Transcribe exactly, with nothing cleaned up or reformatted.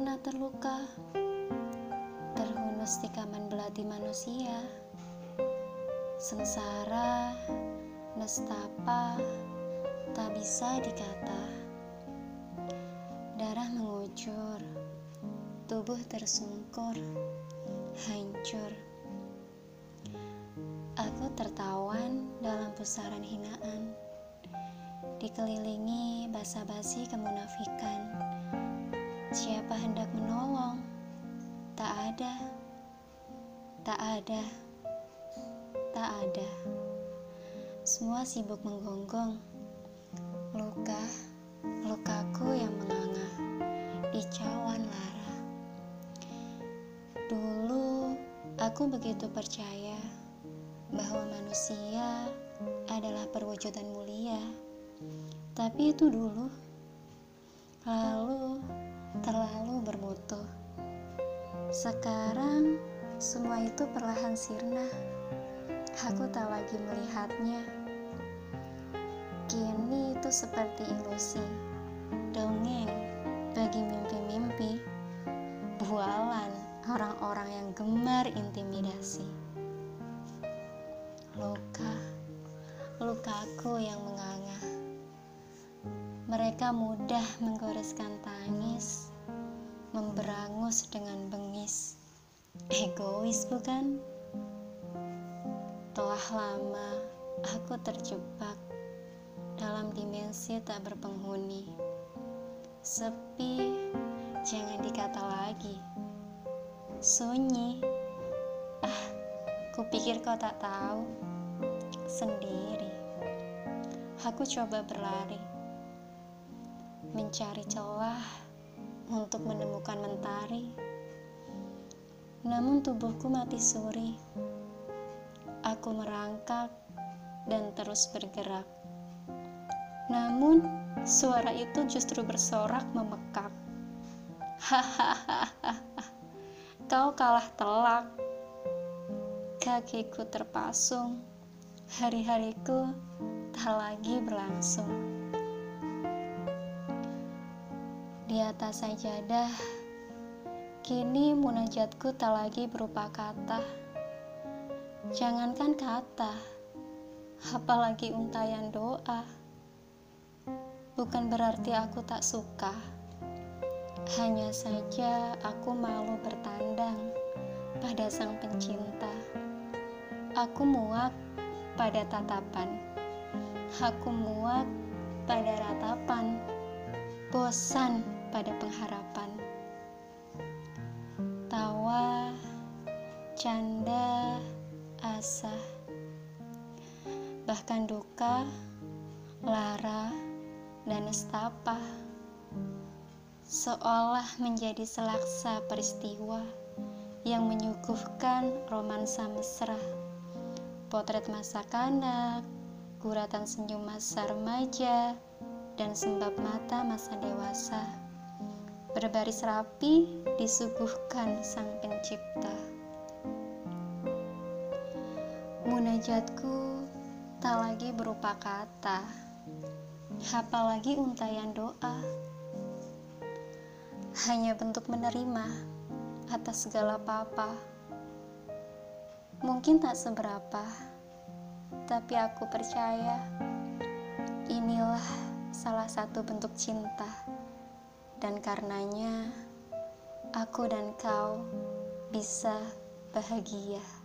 pernah terluka, terhunus tikaman belati manusia, sengsara, nestapa, tak bisa dikata. Darah mengucur, tubuh tersungkur, hancur. Aku tertawan dalam pusaran hinaan, dikelilingi basa-basi kemunafikan. Siapa hendak menolong? Tak ada, tak ada, tak ada. Semua sibuk menggonggong. Luka, lukaku yang menganga di cawan lara. Dulu aku begitu percaya bahwa manusia adalah perwujudan mulia. Tapi itu dulu, lalu terlalu bermutu. Sekarang semua itu perlahan sirna. Aku tak lagi melihatnya. Kini itu seperti ilusi, dongeng bagi mimpi-mimpi, bualan orang-orang yang gemar intimidasi. Luka, lukaku yang menganga. Mereka mudah menggoreskan tangis, memberangus dengan bengis. Egois bukan? Telah lama aku terjebak dalam dimensi tak berpenghuni. Sepi, jangan dikata lagi. Sunyi, ah, kupikir kau tak tahu. Sendiri, aku coba berlari, mencari celah untuk menemukan mentari. Namun tubuhku mati suri. Aku merangkak dan terus bergerak. Namun suara itu justru bersorak memekak. Hahaha, kau kalah telak. Kakiku terpasung. Hari-hariku tak lagi berlangsung. Di atas sajadah, kini munajatku tak lagi berupa kata. Jangankan kata, apalagi untayan doa. Bukan berarti aku tak suka. Hanya saja aku malu bertandang pada sang pencinta. Aku muak pada tatapan. Aku muak pada ratapan. Bosan pada pengharapan. Tawa, canda, asa, bahkan duka, lara, dan nestapa seolah menjadi selaksa peristiwa yang menyuguhkan romansa mesra, potret masa kanak, guratan senyum masa remaja, dan sembab mata masa dewasa, berbaris rapi disuguhkan sang pencipta. Munajatku tak lagi berupa kata, apalagi untayan doa. Hanya bentuk menerima atas segala apa-apa. Mungkin tak seberapa, tapi aku percaya inilah salah satu bentuk cinta. Dan karenanya aku dan kau bisa bahagia.